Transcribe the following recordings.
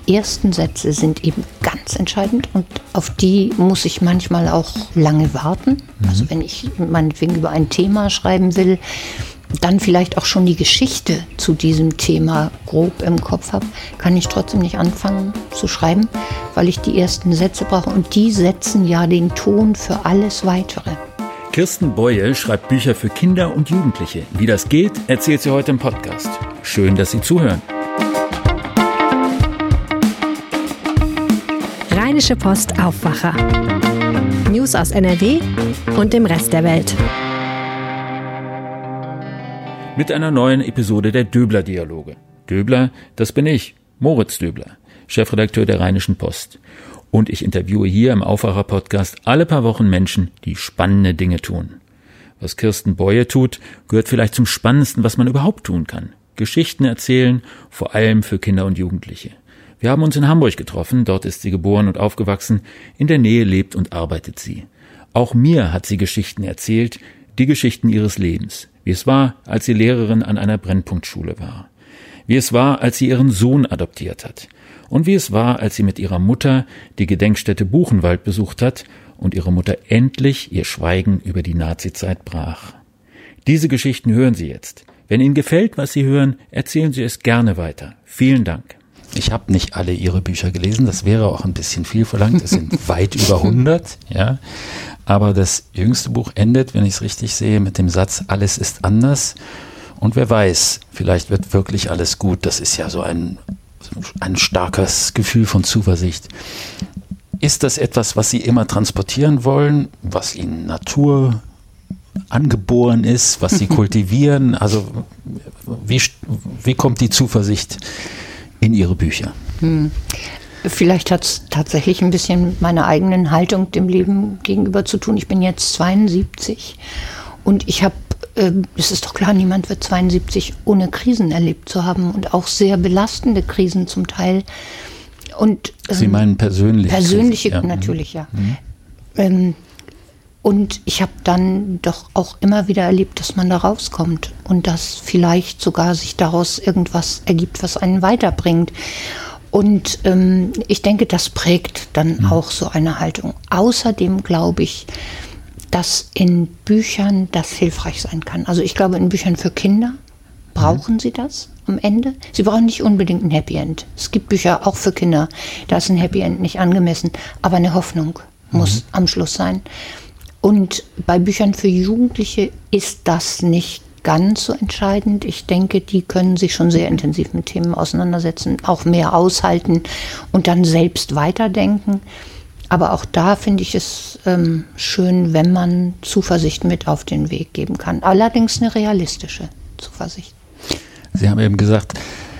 ersten Sätze sind eben ganz entscheidend und auf die muss ich manchmal auch lange warten. Also wenn ich meinetwegen über ein Thema schreiben will, dann vielleicht auch schon die Geschichte zu diesem Thema grob im Kopf habe, kann ich trotzdem nicht anfangen zu schreiben, weil ich die ersten Sätze brauche und die setzen ja den Ton für alles Weitere. Kirsten Boye schreibt Bücher für Kinder und Jugendliche. Wie das geht, erzählt sie heute im Podcast. Schön, dass Sie zuhören. Rheinische Post Aufwacher. News aus NRW und dem Rest der Welt. Mit einer neuen Episode der Döbler-Dialoge. Döbler, das bin ich, Moritz Döbler, Chefredakteur der Rheinischen Post. Und ich interviewe hier im Aufwacher-Podcast alle paar Wochen Menschen, die spannende Dinge tun. Was Kirsten Boye tut, gehört vielleicht zum Spannendsten, was man überhaupt tun kann. Geschichten erzählen, vor allem für Kinder und Jugendliche. Wir haben uns in Hamburg getroffen, dort ist sie geboren und aufgewachsen, in der Nähe lebt und arbeitet sie. Auch mir hat sie Geschichten erzählt, die Geschichten ihres Lebens. Wie es war, als sie Lehrerin an einer Brennpunktschule war. Wie es war, als sie ihren Sohn adoptiert hat. Und wie es war, als sie mit ihrer Mutter die Gedenkstätte Buchenwald besucht hat und ihre Mutter endlich ihr Schweigen über die Nazizeit brach. Diese Geschichten hören Sie jetzt. Wenn Ihnen gefällt, was Sie hören, erzählen Sie es gerne weiter. Vielen Dank. Ich habe nicht alle Ihre Bücher gelesen, das wäre auch ein bisschen viel verlangt. Es sind weit über 100, ja. Aber das jüngste Buch endet, wenn ich es richtig sehe, mit dem Satz, alles ist anders. Und wer weiß, vielleicht wird wirklich alles gut. Das ist ja so ein starkes Gefühl von Zuversicht. Ist das etwas, was Sie immer transportieren wollen, was Ihnen Natur angeboren ist, was Sie kultivieren? Also wie kommt die Zuversicht in Ihre Bücher? Vielleicht hat es tatsächlich ein bisschen mit meiner eigenen Haltung dem Leben gegenüber zu tun. Ich bin jetzt 72 und ich habe, es ist doch klar, niemand wird 72 ohne Krisen erlebt zu haben und auch sehr belastende Krisen zum Teil. Und, Sie meinen persönliche? Persönliche, ja. Natürlich, ja. Und ich habe dann doch auch immer wieder erlebt, dass man da rauskommt und dass vielleicht sogar sich daraus irgendwas ergibt, was einen weiterbringt. Und ich denke, das prägt dann auch so eine Haltung. Außerdem glaube ich, dass in Büchern das hilfreich sein kann. Also ich glaube, in Büchern für Kinder brauchen sie das am Ende. Sie brauchen nicht unbedingt ein Happy End. Es gibt Bücher auch für Kinder, da ist ein Happy End nicht angemessen. Aber eine Hoffnung muss am Schluss sein. Und bei Büchern für Jugendliche ist das nicht ganz so entscheidend. Ich denke, die können sich schon sehr intensiv mit Themen auseinandersetzen, auch mehr aushalten und dann selbst weiterdenken. Aber auch da finde ich es schön, wenn man Zuversicht mit auf den Weg geben kann. Allerdings eine realistische Zuversicht. Sie haben eben gesagt,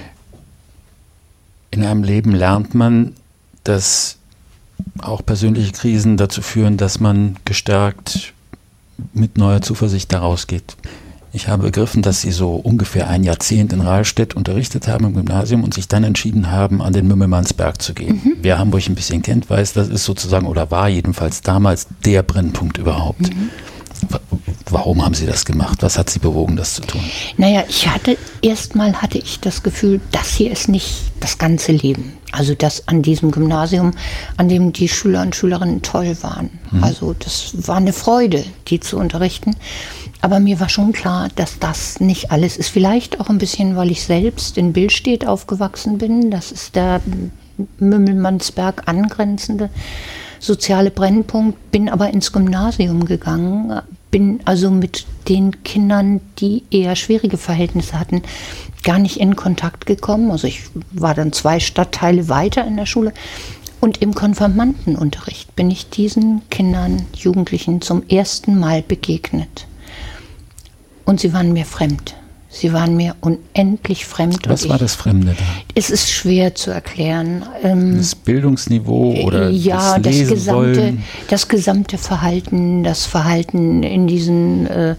in einem Leben lernt man, dass auch persönliche Krisen dazu führen, dass man gestärkt mit neuer Zuversicht daraus geht. Ich habe begriffen, dass Sie so ungefähr ein Jahrzehnt in Rahlstedt unterrichtet haben im Gymnasium und sich dann entschieden haben, an den Mümmelmannsberg zu gehen. Wer Hamburg ein bisschen kennt, weiß, das ist sozusagen, oder war jedenfalls damals der Brennpunkt überhaupt. Warum haben Sie das gemacht? Was hat Sie bewogen, das zu tun? Naja, erstmal hatte ich das Gefühl, das hier ist nicht das ganze Leben. Also das an diesem Gymnasium, an dem die Schüler und Schülerinnen toll waren. Also das war eine Freude, die zu unterrichten. Aber mir war schon klar, dass das nicht alles ist. Vielleicht auch ein bisschen, weil ich selbst in Billstedt aufgewachsen bin. Das ist der Mümmelmannsberg angrenzende soziale Brennpunkt. Bin aber ins Gymnasium gegangen. Bin also mit den Kindern, die eher schwierige Verhältnisse hatten, gar nicht in Kontakt gekommen. Also ich war dann 2 Stadtteile weiter in der Schule. Und im Konfirmandenunterricht bin ich diesen Kindern, Jugendlichen zum ersten Mal begegnet. Und sie waren mir fremd. Sie waren mir unendlich fremd. Was war das Fremde da? Es ist schwer zu erklären. Das Bildungsniveau oder ja, das Lesen das gesamte Verhalten, das Verhalten in diesen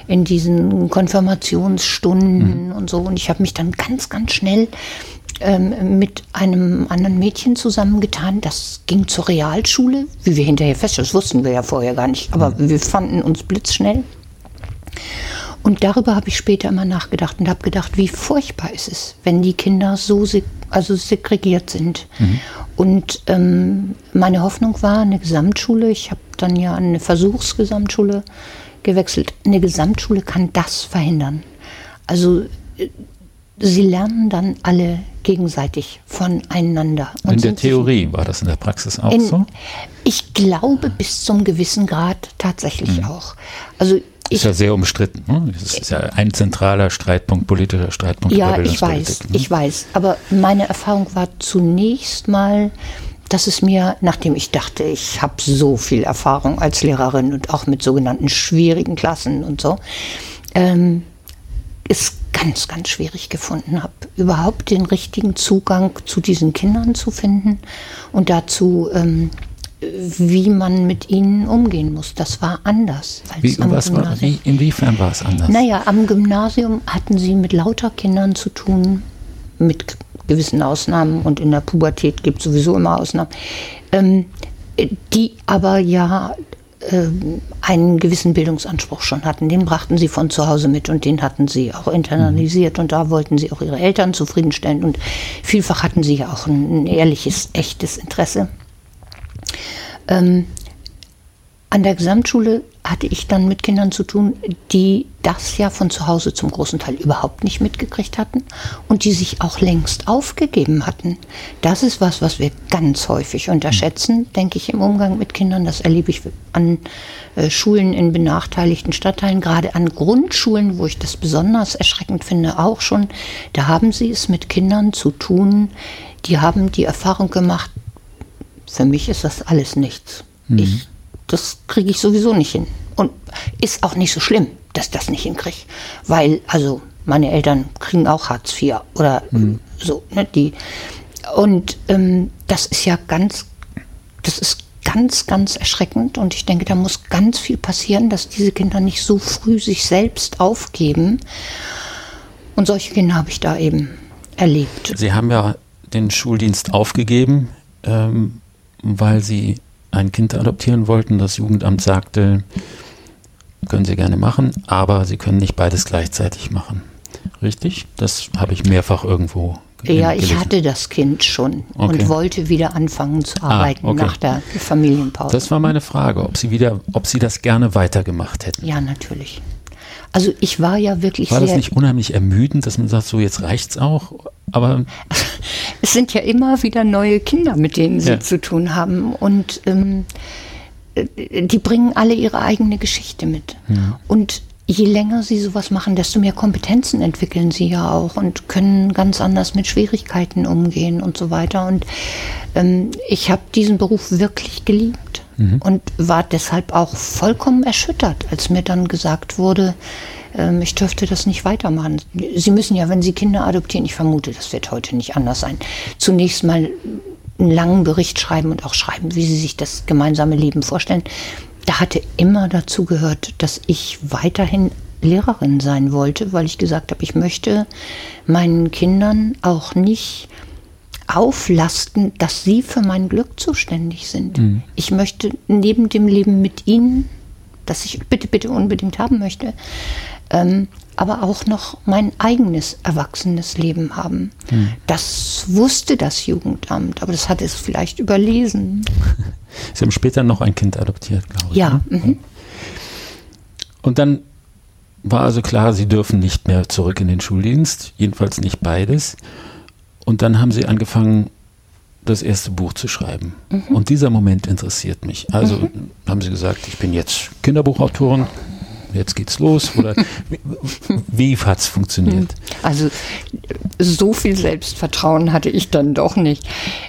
Konfirmationsstunden und so. Und ich habe mich dann ganz, ganz schnell mit einem anderen Mädchen zusammengetan. Das ging zur Realschule, wie wir hinterher feststellen. Das wussten wir ja vorher gar nicht, aber wir fanden uns blitzschnell. Und darüber habe ich später immer nachgedacht und habe gedacht, wie furchtbar ist es, wenn die Kinder so segregiert sind. Und meine Hoffnung war eine Gesamtschule. Ich habe dann ja an eine Versuchsgesamtschule gewechselt. Eine Gesamtschule kann das verhindern. Also sie lernen dann alle gegenseitig voneinander. Und in der Theorie war das in der Praxis auch so? Ich glaube, bis zum gewissen Grad tatsächlich auch. Also ist ja sehr umstritten. Ne? Das ist ja ein zentraler Streitpunkt, politischer Streitpunkt. Ja, ich weiß. Aber meine Erfahrung war zunächst mal, dass es mir, nachdem ich dachte, ich habe so viel Erfahrung als Lehrerin und auch mit sogenannten schwierigen Klassen und so, es ganz, ganz schwierig gefunden habe, überhaupt den richtigen Zugang zu diesen Kindern zu finden und dazu, wie man mit ihnen umgehen muss. Das war anders als am Gymnasium. Inwiefern war es anders? Naja, am Gymnasium hatten sie mit lauter Kindern zu tun, mit gewissen Ausnahmen, und in der Pubertät gibt es sowieso immer Ausnahmen, die aber ja einen gewissen Bildungsanspruch schon hatten. Den brachten sie von zu Hause mit und den hatten sie auch internalisiert und da wollten sie auch ihre Eltern zufriedenstellen und vielfach hatten sie ja auch ein ehrliches, echtes Interesse. An der Gesamtschule hatte ich dann mit Kindern zu tun, die das ja von zu Hause zum großen Teil überhaupt nicht mitgekriegt hatten und die sich auch längst aufgegeben hatten. Das ist was wir ganz häufig unterschätzen, denke ich, im Umgang mit Kindern. Das erlebe ich an Schulen in benachteiligten Stadtteilen, gerade an Grundschulen, wo ich das besonders erschreckend finde, auch schon. Da haben sie es mit Kindern zu tun, die haben die Erfahrung gemacht, für mich ist das alles nichts. Das kriege ich sowieso nicht hin. Und ist auch nicht so schlimm, dass ich das nicht hinkriege. Weil, also, meine Eltern kriegen auch Hartz IV oder so. Ne, und das ist ja ganz, ganz erschreckend. Und ich denke, da muss ganz viel passieren, dass diese Kinder nicht so früh sich selbst aufgeben. Und solche Kinder habe ich da eben erlebt. Sie haben ja den Schuldienst aufgegeben, weil Sie ein Kind adoptieren wollten. Das Jugendamt sagte, können Sie gerne machen, aber Sie können nicht beides gleichzeitig machen. Richtig? Das habe ich mehrfach irgendwo gelesen. Ja, ich hatte das Kind schon und wollte wieder anfangen zu arbeiten nach der Familienpause. Das war meine Frage, ob Sie das gerne weitergemacht hätten. Ja, natürlich. Also ich war ja wirklich War das nicht unheimlich ermüdend, dass man sagt, so jetzt reicht's auch? Aber es sind ja immer wieder neue Kinder, mit denen Sie zu tun haben. Und die bringen alle ihre eigene Geschichte mit. Ja. Und je länger Sie sowas machen, desto mehr Kompetenzen entwickeln Sie ja auch und können ganz anders mit Schwierigkeiten umgehen und so weiter. Und ich habe diesen Beruf wirklich geliebt und war deshalb auch vollkommen erschüttert, als mir dann gesagt wurde, ich dürfte das nicht weitermachen. Sie müssen ja, wenn Sie Kinder adoptieren, ich vermute, das wird heute nicht anders sein, zunächst mal einen langen Bericht schreiben und auch schreiben, wie Sie sich das gemeinsame Leben vorstellen. Da hatte immer dazu gehört, dass ich weiterhin Lehrerin sein wollte, weil ich gesagt habe, ich möchte meinen Kindern auch nicht auflasten, dass sie für mein Glück zuständig sind. Ich möchte neben dem Leben mit ihnen, das ich bitte unbedingt haben möchte, aber auch noch mein eigenes erwachsenes Leben haben. Das wusste das Jugendamt, aber das hat es vielleicht überlesen. Sie haben später noch ein Kind adoptiert, glaube ich. Ja. Ne? Und dann war also klar, Sie dürfen nicht mehr zurück in den Schuldienst, jedenfalls nicht beides. Und dann haben Sie angefangen, das erste Buch zu schreiben. Und dieser Moment interessiert mich. Also haben Sie gesagt, ich bin jetzt Kinderbuchautorin, jetzt geht's los. Oder wie hat es funktioniert? Also so viel Selbstvertrauen hatte ich dann doch nicht.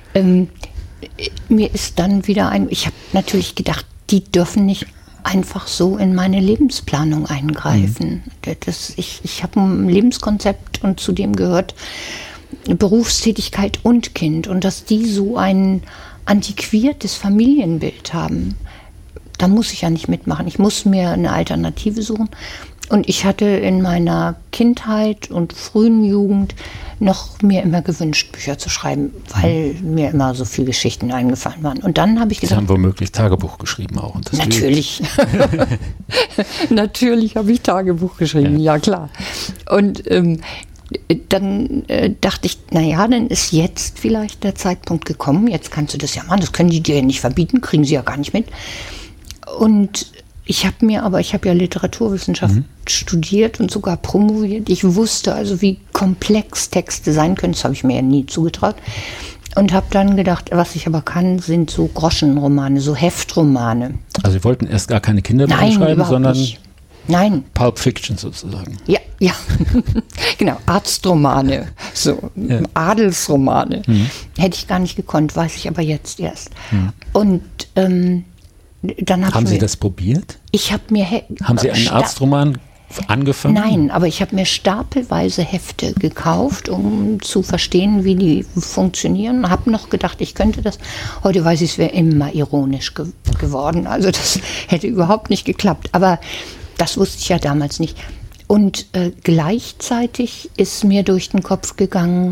Mir ist dann wieder ich habe natürlich gedacht, die dürfen nicht einfach so in meine Lebensplanung eingreifen. Ich habe ein Lebenskonzept und zu dem gehört Berufstätigkeit und Kind. Und dass die so ein antiquiertes Familienbild haben, da muss ich ja nicht mitmachen. Ich muss mir eine Alternative suchen. Und ich hatte in meiner Kindheit und frühen Jugend noch mir immer gewünscht, Bücher zu schreiben, weil mir immer so viele Geschichten eingefallen waren. Und dann habe ich gedacht... Sie haben womöglich Tagebuch geschrieben auch. Und das natürlich. Natürlich habe ich Tagebuch geschrieben, ja klar. Und dann dachte ich, naja, dann ist jetzt vielleicht der Zeitpunkt gekommen, jetzt kannst du das ja machen, das können die dir ja nicht verbieten, kriegen sie ja gar nicht mit. Und ich habe ja Literaturwissenschaft studiert und sogar promoviert. Ich wusste also, wie komplex Texte sein können, das habe ich mir ja nie zugetraut. Und habe dann gedacht, was ich aber kann, sind so Groschenromane, so Heftromane. Also Sie wollten erst gar keine Kinderbücher schreiben, sondern... Nicht. Nein. Pulp Fiction sozusagen. Ja. Genau, Arztromane, so Adelsromane. Hätte ich gar nicht gekonnt, weiß ich aber jetzt erst. Und dann haben Sie das probiert? Ich habe mir... Haben Sie einen Arztroman angefangen? Nein, aber ich habe mir stapelweise Hefte gekauft, um zu verstehen, wie die funktionieren. Habe noch gedacht, ich könnte das. Heute weiß ich, es wäre immer ironisch geworden. Also das hätte überhaupt nicht geklappt. Aber das wusste ich ja damals nicht. Und gleichzeitig ist mir durch den Kopf gegangen,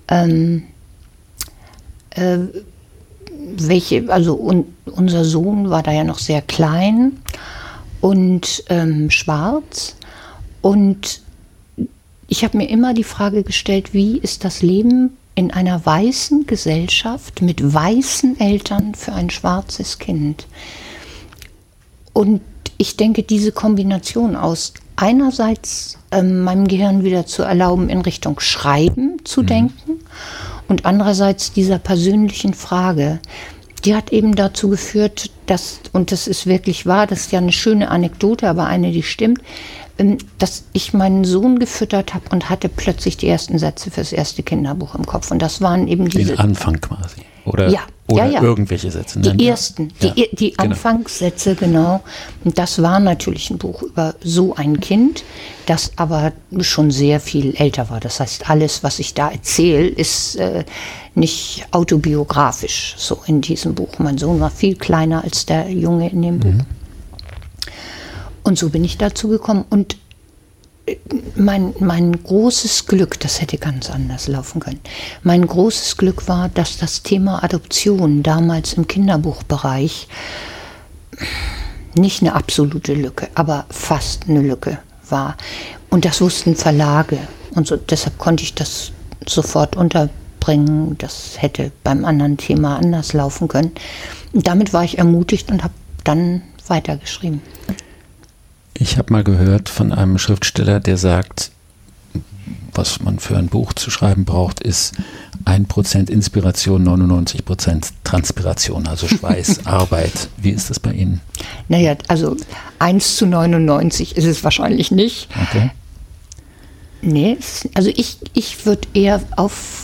unser Sohn war da ja noch sehr klein und schwarz. Und ich habe mir immer die Frage gestellt, wie ist das Leben in einer weißen Gesellschaft mit weißen Eltern für ein schwarzes Kind? Und ich denke, diese Kombination aus einerseits meinem Gehirn wieder zu erlauben, in Richtung Schreiben zu denken und andererseits dieser persönlichen Frage, die hat eben dazu geführt, dass, und das ist wirklich wahr, das ist ja eine schöne Anekdote, aber eine, die stimmt, dass ich meinen Sohn gefüttert habe und hatte plötzlich die ersten Sätze fürs erste Kinderbuch im Kopf. Und das waren eben diese... Den Anfang quasi. Oder irgendwelche Sätze. Die ersten, die Anfangssätze, genau. Und das war natürlich ein Buch über so ein Kind, das aber schon sehr viel älter war. Das heißt, alles, was ich da erzähle, ist nicht autobiografisch so in diesem Buch. Mein Sohn war viel kleiner als der Junge in dem Buch. Und so bin ich dazu gekommen. Und mein großes Glück, das hätte ganz anders laufen können, mein großes Glück war, dass das Thema Adoption damals im Kinderbuchbereich nicht eine absolute Lücke, aber fast eine Lücke war. Und das wussten Verlage. Und so, deshalb konnte ich das sofort unterbringen. Das hätte beim anderen Thema anders laufen können. Und damit war ich ermutigt und habe dann weitergeschrieben. Ich habe mal gehört von einem Schriftsteller, der sagt, was man für ein Buch zu schreiben braucht, ist 1% Inspiration, 99% Transpiration, also Schweiß, Arbeit. Wie ist das bei Ihnen? Naja, also 1:99 ist es wahrscheinlich nicht. Okay. Nee, also ich würde eher auf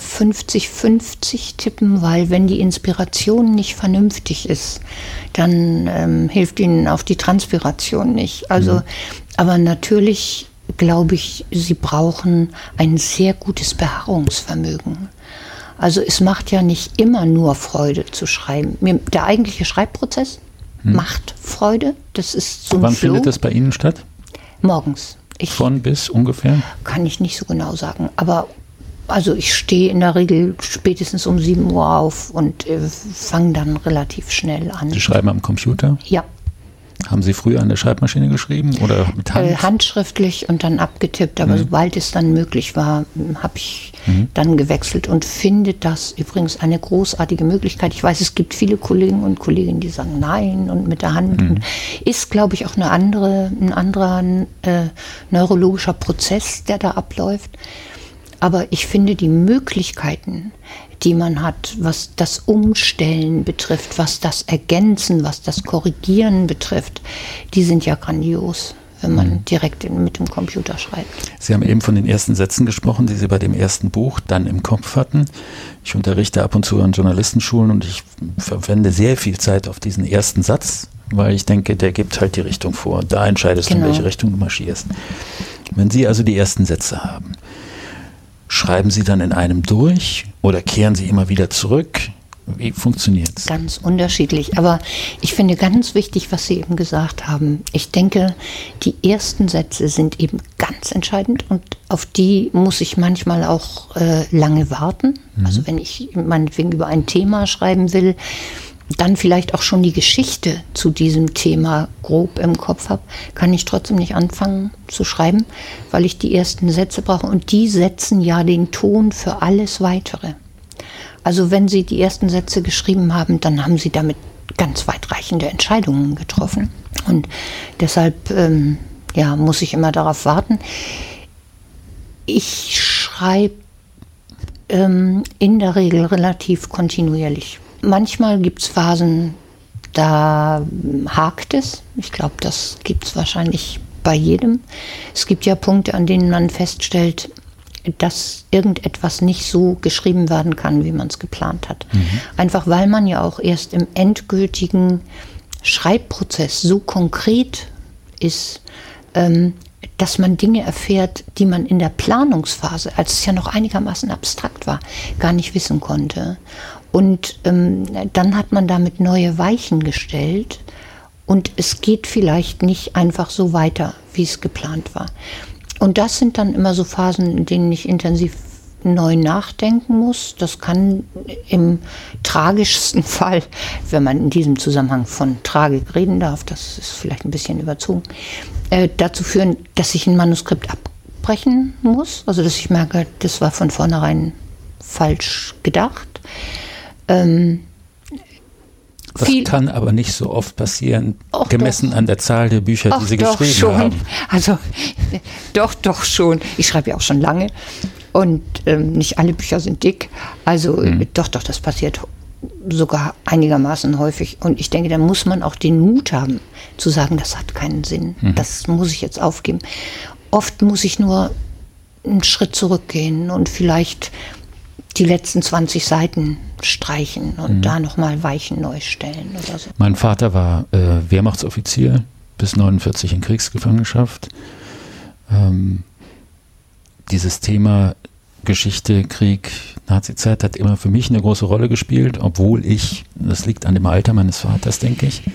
50-50 tippen, weil wenn die Inspiration nicht vernünftig ist, dann hilft ihnen auch die Transpiration nicht. Also, aber natürlich glaube ich, sie brauchen ein sehr gutes Beharrungsvermögen. Also es macht ja nicht immer nur Freude zu schreiben. Der eigentliche Schreibprozess macht Freude. Das ist so ein Wann Flow. findet das bei Ihnen statt? Morgens. Von bis ungefähr? Kann ich nicht so genau sagen, aber also ich stehe in der Regel spätestens um 7 Uhr auf und fange dann relativ schnell an. Sie schreiben am Computer? Ja. Haben Sie früher an der Schreibmaschine geschrieben oder mit Hand? Handschriftlich und dann abgetippt, aber sobald es dann möglich war, habe ich dann gewechselt und finde das übrigens eine großartige Möglichkeit. Ich weiß, es gibt viele Kollegen und Kolleginnen, die sagen nein und mit der Hand. Ist, glaube ich, auch ein anderer neurologischer Prozess, der da abläuft. Aber ich finde die Möglichkeiten, die man hat, was das Umstellen betrifft, was das Ergänzen, was das Korrigieren betrifft, die sind ja grandios, wenn man direkt mit dem Computer schreibt. Sie haben eben von den ersten Sätzen gesprochen, die Sie bei dem ersten Buch dann im Kopf hatten. Ich unterrichte ab und zu an Journalistenschulen und ich verwende sehr viel Zeit auf diesen ersten Satz, weil ich denke, der gibt halt die Richtung vor. Da entscheidest du, in welche Richtung du marschierst. Wenn Sie also die ersten Sätze haben, schreiben Sie dann in einem durch oder kehren Sie immer wieder zurück Wie funktioniert es? Ganz unterschiedlich. Aber ich finde ganz wichtig, was Sie eben gesagt haben. Ich denke, die ersten Sätze sind eben ganz entscheidend und auf die muss ich manchmal auch lange warten. Also wenn ich meinetwegen über ein Thema schreiben will, dann vielleicht auch schon die Geschichte zu diesem Thema grob im Kopf habe, kann ich trotzdem nicht anfangen zu schreiben, weil ich die ersten Sätze brauche. Und die setzen ja den Ton für alles Weitere. Also wenn Sie die ersten Sätze geschrieben haben, dann haben Sie damit ganz weitreichende Entscheidungen getroffen. Und deshalb muss ich immer darauf warten. Ich schreibe in der Regel relativ kontinuierlich. Manchmal gibt es Phasen, da hakt es. Ich glaube, das gibt es wahrscheinlich bei jedem. Es gibt ja Punkte, an denen man feststellt, dass irgendetwas nicht so geschrieben werden kann, wie man es geplant hat. Einfach weil man ja auch erst im endgültigen Schreibprozess so konkret ist, dass man Dinge erfährt, die man in der Planungsphase, als es ja noch einigermaßen abstrakt war, gar nicht wissen konnte. Und dann hat man damit neue Weichen gestellt und es geht vielleicht nicht einfach so weiter, wie es geplant war. Und das sind dann immer so Phasen, in denen ich intensiv neu nachdenken muss. Das kann im tragischsten Fall, wenn man in diesem Zusammenhang von Tragik reden darf, das ist vielleicht ein bisschen überzogen, dazu führen, dass ich ein Manuskript abbrechen muss. Also dass ich merke, das war von vornherein falsch gedacht. Das kann aber nicht so oft passieren, gemessen an der Zahl der Bücher, die Sie geschrieben haben. Also doch schon. Ich schreibe ja auch schon lange und nicht alle Bücher sind dick. Also doch, das passiert sogar einigermaßen häufig. Und ich denke, da muss man auch den Mut haben, zu sagen, das hat keinen Sinn. Das muss ich jetzt aufgeben. Oft muss ich nur einen Schritt zurückgehen und vielleicht die letzten 20 Seiten streichen und da nochmal Weichen neu stellen oder so. Mein Vater war Wehrmachtsoffizier bis 1949 in Kriegsgefangenschaft. Dieses Thema Geschichte, Krieg, Nazizeit hat immer für mich eine große Rolle gespielt, obwohl das liegt an dem Alter meines Vaters, denke ich.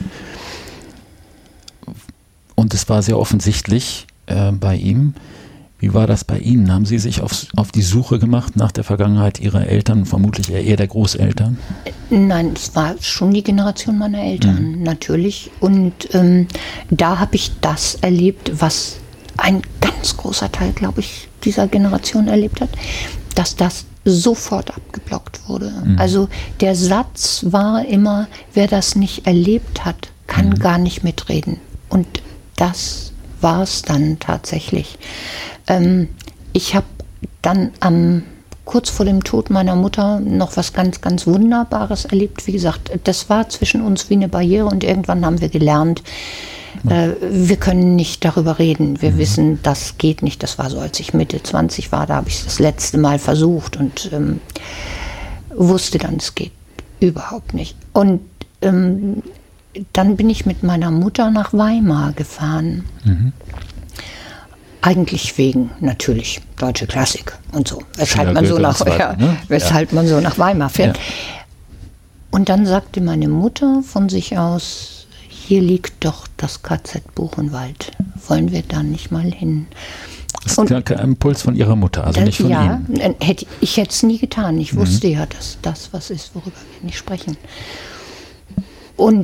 Und es war sehr offensichtlich bei ihm. Wie war das bei Ihnen? Haben Sie sich auf die Suche gemacht nach der Vergangenheit Ihrer Eltern, vermutlich eher der Großeltern? Nein, es war schon die Generation meiner Eltern, natürlich. Und da habe ich das erlebt, was ein ganz großer Teil, glaube ich, dieser Generation erlebt hat, dass das sofort abgeblockt wurde. Also der Satz war immer, wer das nicht erlebt hat, kann gar nicht mitreden. Und das war es dann tatsächlich. Ich habe dann kurz vor dem Tod meiner Mutter noch was ganz, ganz Wunderbares erlebt. Wie gesagt, das war zwischen uns wie eine Barriere und irgendwann haben wir gelernt, wir können nicht darüber reden. Wir wissen, das geht nicht. Das war so, als ich Mitte 20 war, da habe ich es das letzte Mal versucht und wusste dann, es geht überhaupt nicht. Und dann bin ich mit meiner Mutter nach Weimar gefahren. Eigentlich wegen, natürlich, deutsche Klassik und so. Weshalb man so nach Weimar fährt. Ja. Und dann sagte meine Mutter von sich aus, hier liegt doch das KZ Buchenwald. Wollen wir da nicht mal hin? Das ist gar kein Impuls von Ihrer Mutter, also nicht von Ihnen. Ja, ich hätte es nie getan. Ich wusste ja, dass das was ist, worüber wir nicht sprechen. Und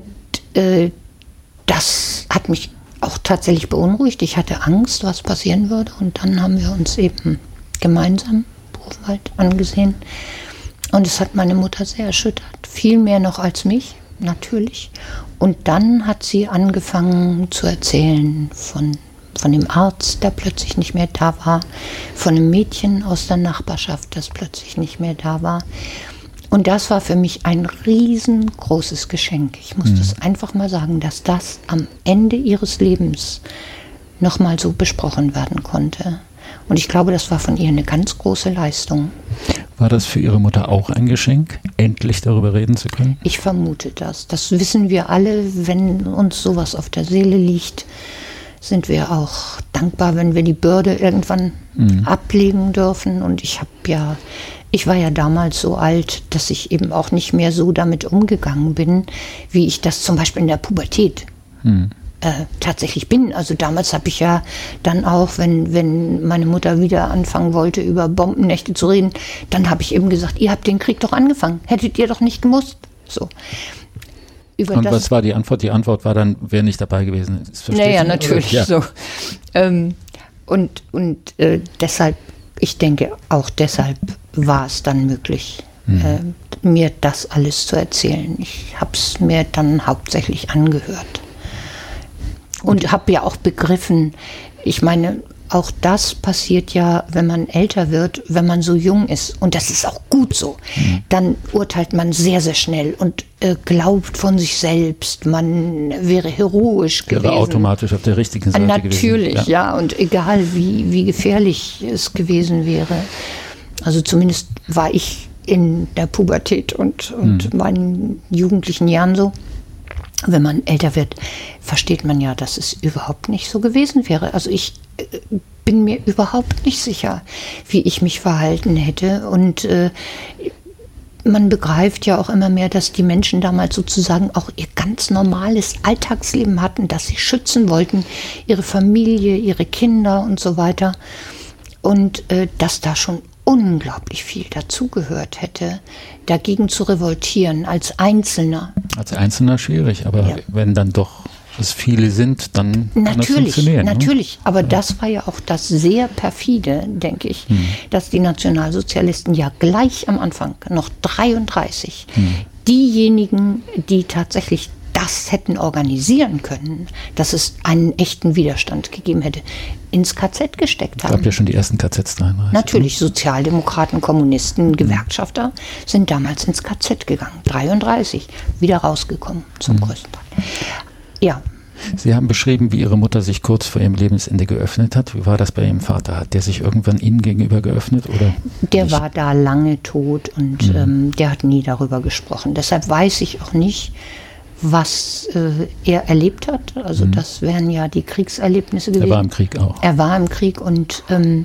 das hat mich auch tatsächlich beunruhigt. Ich hatte Angst, was passieren würde. Und dann haben wir uns eben gemeinsam Buchenwald angesehen. Und es hat meine Mutter sehr erschüttert. Viel mehr noch als mich, natürlich. Und dann hat sie angefangen zu erzählen von dem Arzt, der plötzlich nicht mehr da war, von einem Mädchen aus der Nachbarschaft, das plötzlich nicht mehr da war. Und das war für mich ein riesengroßes Geschenk. Ich muss das einfach mal sagen, dass das am Ende ihres Lebens nochmal so besprochen werden konnte. Und ich glaube, das war von ihr eine ganz große Leistung. War das für Ihre Mutter auch ein Geschenk, endlich darüber reden zu können? Ich vermute das. Das wissen wir alle, wenn uns sowas auf der Seele liegt, sind wir auch dankbar, wenn wir die Bürde irgendwann ablegen dürfen. Und ich war ja damals so alt, dass ich eben auch nicht mehr so damit umgegangen bin, wie ich das zum Beispiel in der Pubertät tatsächlich bin. Also damals habe ich ja dann auch, wenn meine Mutter wieder anfangen wollte, über Bombennächte zu reden, dann habe ich eben gesagt, ihr habt den Krieg doch angefangen, hättet ihr doch nicht gemusst. So. Und was war die Antwort? Die Antwort war dann, wer nicht dabei gewesen ist. Naja, natürlich. Ja. So. Deshalb, ich denke, auch deshalb war es dann möglich, mir das alles zu erzählen. Ich habe es mir dann hauptsächlich angehört. Und habe ja auch begriffen, ich meine, auch das passiert ja, wenn man älter wird, wenn man so jung ist. Und das ist auch gut so. Dann urteilt man sehr, sehr schnell und glaubt von sich selbst, man wäre heroisch gewesen. Wäre automatisch auf der richtigen Seite gewesen. Natürlich, ja. Und egal, wie gefährlich es gewesen wäre. Also zumindest war ich in der Pubertät und meinen jugendlichen Jahren so. Wenn man älter wird, versteht man ja, dass es überhaupt nicht so gewesen wäre. Also ich bin mir überhaupt nicht sicher, wie ich mich verhalten hätte. Und man begreift ja auch immer mehr, dass die Menschen damals sozusagen auch ihr ganz normales Alltagsleben hatten, dass sie schützen wollten, ihre Familie, ihre Kinder und so weiter. Und dass da schon unglaublich viel dazugehört hätte, dagegen zu revoltieren als Einzelner. Als Einzelner schwierig, aber wenn dann doch es viele sind, dann kann das funktionieren. Natürlich, aber das war ja auch das sehr perfide, denke ich, dass die Nationalsozialisten ja gleich am Anfang, noch 1933, diejenigen, die tatsächlich das hätten organisieren können, dass es einen echten Widerstand gegeben hätte, ins KZ gesteckt haben. Es gab ja schon die ersten KZs da. Natürlich, Sozialdemokraten, Kommunisten, Gewerkschafter sind damals ins KZ gegangen. 1933, wieder rausgekommen zum größten Teil. Ja. Sie haben beschrieben, wie Ihre Mutter sich kurz vor ihrem Lebensende geöffnet hat. Wie war das bei Ihrem Vater? Hat der sich irgendwann Ihnen gegenüber geöffnet? Oder der nicht? War da lange tot und der hat nie darüber gesprochen. Deshalb weiß ich auch nicht, was er erlebt hat. Also das wären ja die Kriegserlebnisse gewesen. Er war im Krieg auch. Er war im Krieg und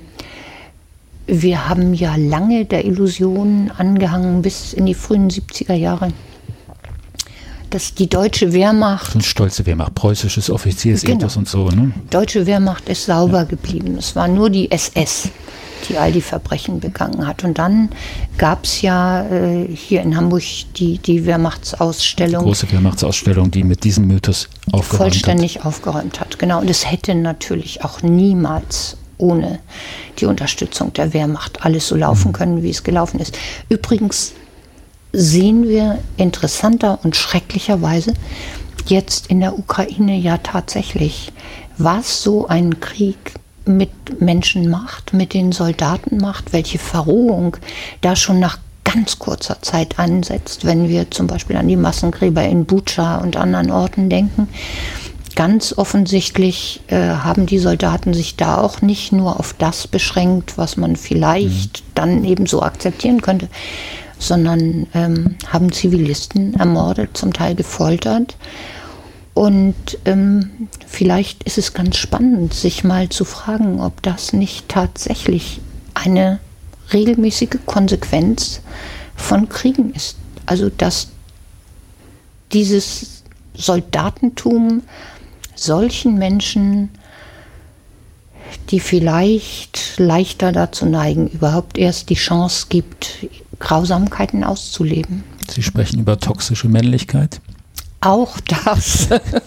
wir haben ja lange der Illusion angehangen, bis in die frühen 70er Jahre, dass die deutsche Wehrmacht... So eine stolze Wehrmacht, preußisches Offiziersethos und so. Ne? Deutsche Wehrmacht ist sauber geblieben. Es war nur die SS, die all die Verbrechen begangen hat. Und dann gab es ja hier in Hamburg die Wehrmachtsausstellung. Die große Wehrmachtsausstellung, die mit diesem Mythos vollständig aufgeräumt hat. Genau. Und es hätte natürlich auch niemals ohne die Unterstützung der Wehrmacht alles so laufen können, wie es gelaufen ist. Übrigens sehen wir interessanter und schrecklicherweise jetzt in der Ukraine ja tatsächlich, was so ein Krieg mit Menschen macht, mit den Soldaten macht, welche Verrohung da schon nach ganz kurzer Zeit einsetzt, wenn wir zum Beispiel an die Massengräber in Butscha und anderen Orten denken. Ganz offensichtlich haben die Soldaten sich da auch nicht nur auf das beschränkt, was man vielleicht dann eben so akzeptieren könnte, sondern haben Zivilisten ermordet, zum Teil gefoltert. Und vielleicht ist es ganz spannend, sich mal zu fragen, ob das nicht tatsächlich eine regelmäßige Konsequenz von Kriegen ist. Also dass dieses Soldatentum solchen Menschen, die vielleicht leichter dazu neigen, überhaupt erst die Chance gibt, Grausamkeiten auszuleben. Sie sprechen über toxische Männlichkeit? Auch das.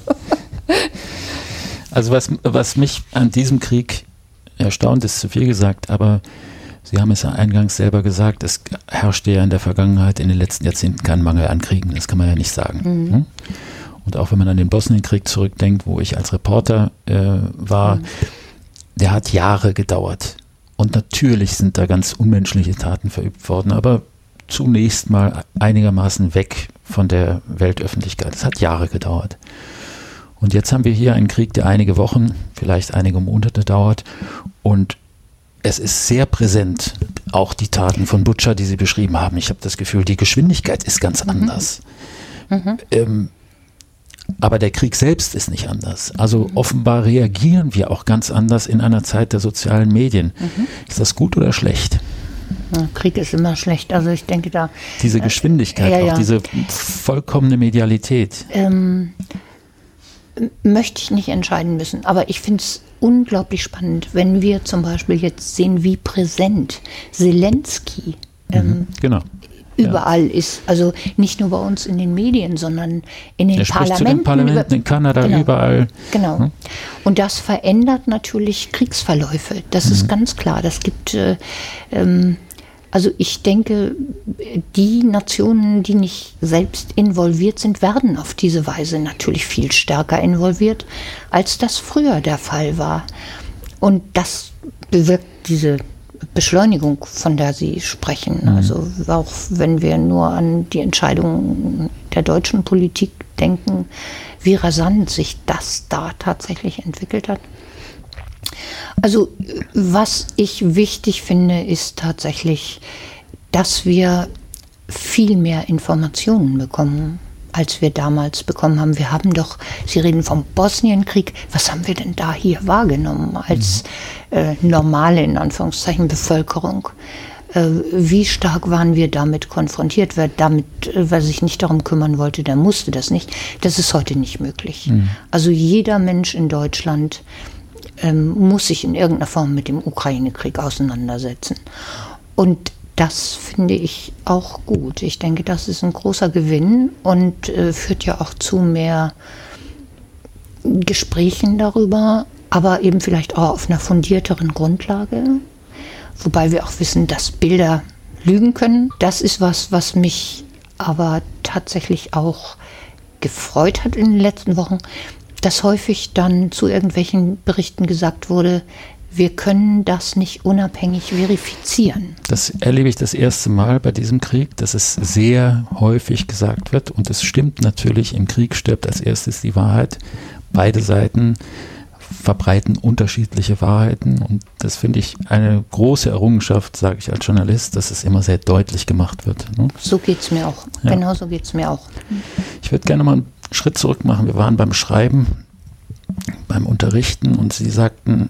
Also was mich an diesem Krieg erstaunt, ist zu viel gesagt, aber Sie haben es ja eingangs selber gesagt, es herrschte ja in der Vergangenheit, in den letzten Jahrzehnten kein Mangel an Kriegen, das kann man ja nicht sagen. Und auch wenn man an den Bosnienkrieg zurückdenkt, wo ich als Reporter war, der hat Jahre gedauert. Und natürlich sind da ganz unmenschliche Taten verübt worden, aber zunächst mal einigermaßen weg von der Weltöffentlichkeit. Es hat Jahre gedauert. Und jetzt haben wir hier einen Krieg, der einige Wochen, vielleicht einige Monate dauert. Und es ist sehr präsent, auch die Taten von Butscha, die Sie beschrieben haben. Ich habe das Gefühl, die Geschwindigkeit ist ganz anders. Aber der Krieg selbst ist nicht anders. Also offenbar reagieren wir auch ganz anders in einer Zeit der sozialen Medien. Ist das gut oder schlecht? Krieg ist immer schlecht. Also ich denke da... Diese Geschwindigkeit, auch diese vollkommene Medialität. Möchte ich nicht entscheiden müssen. Aber ich finde es unglaublich spannend, wenn wir zum Beispiel jetzt sehen, wie präsent Zelensky überall ist. Also nicht nur bei uns in den Medien, sondern in den Parlamenten. In Kanada, überall. Genau. Und das verändert natürlich Kriegsverläufe. Das ist ganz klar. Das gibt... Also ich denke, die Nationen, die nicht selbst involviert sind, werden auf diese Weise natürlich viel stärker involviert, als das früher der Fall war. Und das bewirkt diese Beschleunigung, von der Sie sprechen. Also auch wenn wir nur an die Entscheidungen der deutschen Politik denken, wie rasant sich das da tatsächlich entwickelt hat. Also was ich wichtig finde, ist tatsächlich, dass wir viel mehr Informationen bekommen, als wir damals bekommen haben. Wir haben doch, Sie reden vom Bosnienkrieg, was haben wir denn da hier wahrgenommen als normale, in Anführungszeichen, Bevölkerung? Wie stark waren wir damit konfrontiert? Wer sich nicht darum kümmern wollte, der musste das nicht. Das ist heute nicht möglich. Also jeder Mensch in Deutschland muss sich in irgendeiner Form mit dem Ukraine-Krieg auseinandersetzen. Und das finde ich auch gut. Ich denke, das ist ein großer Gewinn und führt ja auch zu mehr Gesprächen darüber, aber eben vielleicht auch auf einer fundierteren Grundlage. Wobei wir auch wissen, dass Bilder lügen können. Das ist was mich aber tatsächlich auch gefreut hat in den letzten Wochen, dass häufig dann zu irgendwelchen Berichten gesagt wurde, wir können das nicht unabhängig verifizieren. Das erlebe ich das erste Mal bei diesem Krieg, dass es sehr häufig gesagt wird. Und es stimmt natürlich, im Krieg stirbt als erstes die Wahrheit. Beide Seiten verbreiten unterschiedliche Wahrheiten. Und das finde ich eine große Errungenschaft, sage ich als Journalist, dass es immer sehr deutlich gemacht wird. Ne? So geht es mir auch. Ja. Genau so geht es mir auch. Ich würde gerne mal einen Schritt zurück machen. Wir waren beim Schreiben, beim Unterrichten und Sie sagten,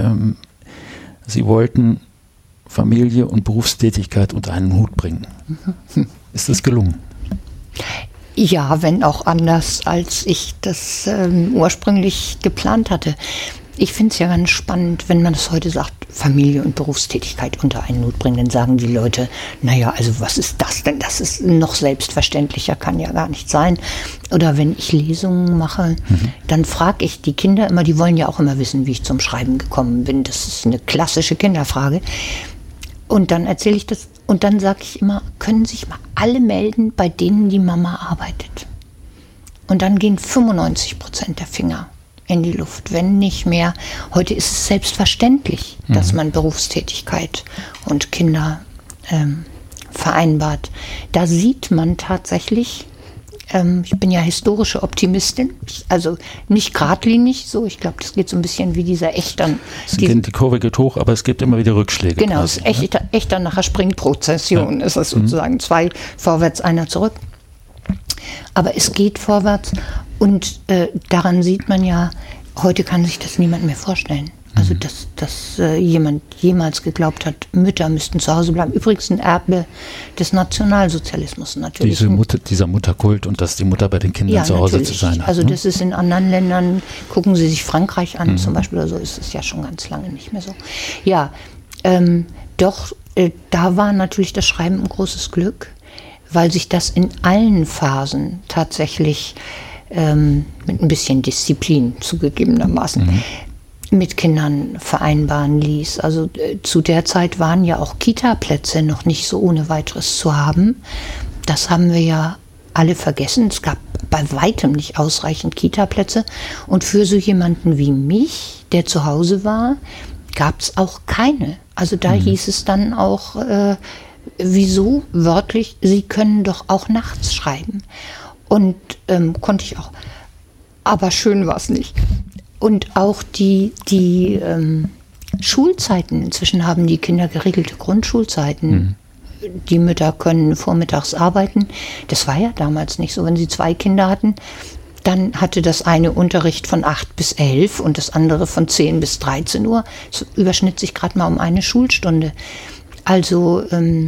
Sie wollten Familie und Berufstätigkeit unter einen Hut bringen. Ist das gelungen? Ja, wenn auch anders, als ich das ursprünglich geplant hatte. Ich finde es ja ganz spannend, wenn man das heute sagt, Familie und Berufstätigkeit unter einen Hut bringen, dann sagen die Leute, naja, also was ist das denn? Das ist noch selbstverständlicher, kann ja gar nicht sein. Oder wenn ich Lesungen mache, dann frage ich die Kinder immer, die wollen ja auch immer wissen, wie ich zum Schreiben gekommen bin. Das ist eine klassische Kinderfrage. Und dann erzähle ich das und dann sage ich immer, können sich mal alle melden, bei denen die Mama arbeitet. Und dann gehen 95% der Finger in die Luft, wenn nicht mehr. Heute ist es selbstverständlich, dass man Berufstätigkeit und Kinder vereinbart. Da sieht man tatsächlich, ich bin ja historische Optimistin, also nicht geradlinig so, ich glaube, das geht so ein bisschen wie dieser Echtern. Die Kurve geht hoch, aber es gibt immer wieder Rückschläge. Genau, quasi, es ist Echter nachher Springprozession, ist das sozusagen 2 vorwärts, 1 zurück. Aber es geht vorwärts und daran sieht man ja, heute kann sich das niemand mehr vorstellen. Also, dass jemand jemals geglaubt hat, Mütter müssten zu Hause bleiben. Übrigens ein Erbe des Nationalsozialismus natürlich. Dieser Mutterkult und dass die Mutter bei den Kindern zu Hause zu sein hat. Also das ist in anderen Ländern, gucken Sie sich Frankreich an zum Beispiel oder so, ist es ja schon ganz lange nicht mehr so. Ja, doch, da war natürlich das Schreiben ein großes Glück, weil sich das in allen Phasen tatsächlich mit ein bisschen Disziplin zugegebenermaßen mit Kindern vereinbaren ließ. Also zu der Zeit waren ja auch Kita-Plätze noch nicht so ohne weiteres zu haben. Das haben wir ja alle vergessen. Es gab bei weitem nicht ausreichend Kita-Plätze. Und für so jemanden wie mich, der zu Hause war, gab es auch keine. Also da hieß es dann auch, wieso wörtlich, Sie können doch auch nachts schreiben. Und konnte ich auch. Aber schön war es nicht. Und auch die Schulzeiten, inzwischen haben die Kinder geregelte Grundschulzeiten. Die Mütter können vormittags arbeiten. Das war ja damals nicht so. Wenn sie 2 Kinder hatten, Dann hatte das eine Unterricht von 8 bis 11 und das andere von 10 bis 13 Uhr. Es überschnitt sich gerade mal um eine Schulstunde. Also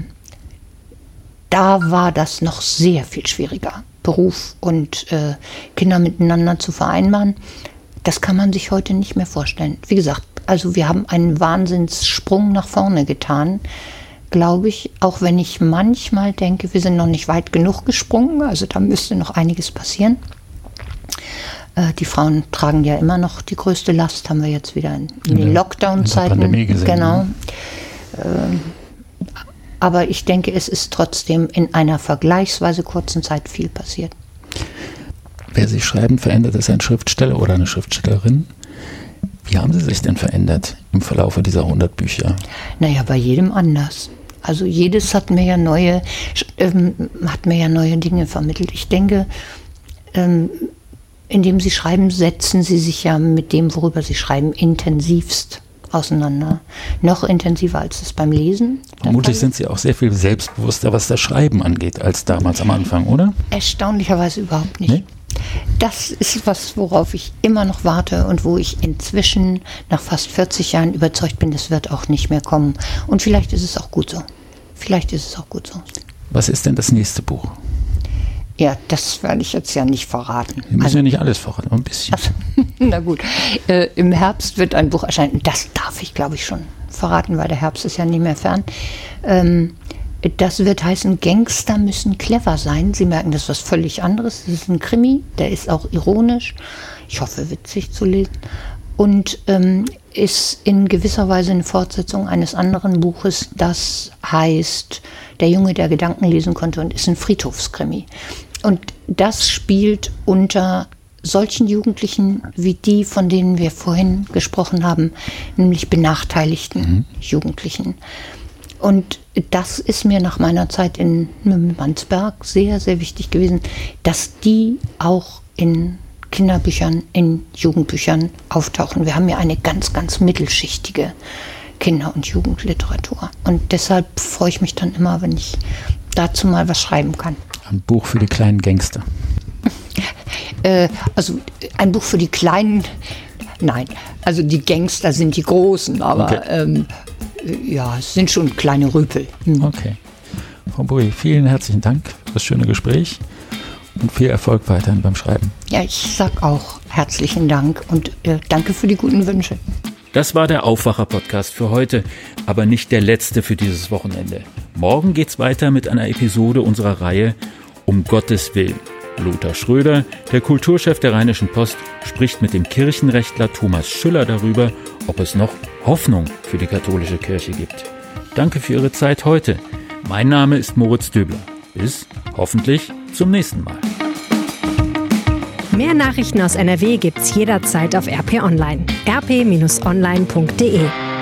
da war das noch sehr viel schwieriger, Beruf und Kinder miteinander zu vereinbaren. Das kann man sich heute nicht mehr vorstellen. Wie gesagt, also wir haben einen Wahnsinnssprung nach vorne getan, glaube ich, auch wenn ich manchmal denke, wir sind noch nicht weit genug gesprungen, also da müsste noch einiges passieren. Die Frauen tragen ja immer noch die größte Last, haben wir jetzt wieder in den Lockdown-Zeiten. Pandemie gesehen, genau. Aber ich denke, es ist trotzdem in einer vergleichsweise kurzen Zeit viel passiert. Wer Sie schreiben, verändert ist ein Schriftsteller oder eine Schriftstellerin. Wie haben Sie sich denn verändert im Verlauf dieser 100 Bücher? Naja, bei jedem anders. Also jedes hat mir ja neue Dinge vermittelt. Ich denke, indem Sie schreiben, setzen Sie sich ja mit dem, worüber Sie schreiben, intensivst auseinander. Noch intensiver als es beim Lesen. Vermutlich sind Sie auch sehr viel selbstbewusster, was das Schreiben angeht, als damals am Anfang, oder? Erstaunlicherweise überhaupt nicht. Nee? Das ist was, worauf ich immer noch warte und wo ich inzwischen nach fast 40 Jahren überzeugt bin, das wird auch nicht mehr kommen. Und vielleicht ist es auch gut so. Was ist denn das nächste Buch? Ja, das werde ich jetzt ja nicht verraten. Wir müssen ja nicht alles verraten, aber ein bisschen. Also, na gut. Im Herbst wird ein Buch erscheinen. Das darf ich, glaube ich, schon verraten, weil der Herbst ist ja nicht mehr fern. Das wird heißen, Gangster müssen clever sein. Sie merken, das ist was völlig anderes. Das ist ein Krimi, der ist auch ironisch. Ich hoffe, witzig zu lesen. Und ist in gewisser Weise eine Fortsetzung eines anderen Buches, das heißt Der Junge, der Gedanken lesen konnte, und ist ein Friedhofskrimi. Und das spielt unter solchen Jugendlichen wie die, von denen wir vorhin gesprochen haben, nämlich benachteiligten Jugendlichen. Und das ist mir nach meiner Zeit in Mümmelmannsberg sehr, sehr wichtig gewesen, dass die auch in Kinderbüchern, in Jugendbüchern auftauchen. Wir haben ja eine ganz, ganz mittelschichtige Kinder- und Jugendliteratur. Und deshalb freue ich mich dann immer, wenn ich dazu mal was schreiben kann. Ein Buch für die kleinen Gangster. Also ein Buch für die Kleinen, nein, also die Gangster sind die Großen, aber okay. Ja, es sind schon kleine Rüpel. Okay. Frau Bui, vielen herzlichen Dank für das schöne Gespräch und viel Erfolg weiterhin beim Schreiben. Ja, ich sag auch herzlichen Dank und danke für die guten Wünsche. Das war der Aufwacher-Podcast für heute, aber nicht der letzte für dieses Wochenende. Morgen geht's weiter mit einer Episode unserer Reihe Um Gottes Willen. Lothar Schröder, der Kulturchef der Rheinischen Post, spricht mit dem Kirchenrechtler Thomas Schüller darüber, ob es noch Hoffnung für die katholische Kirche gibt. Danke für Ihre Zeit heute. Mein Name ist Moritz Döbler. Bis hoffentlich zum nächsten Mal. Mehr Nachrichten aus NRW gibt's jederzeit auf RP Online. rp-online.de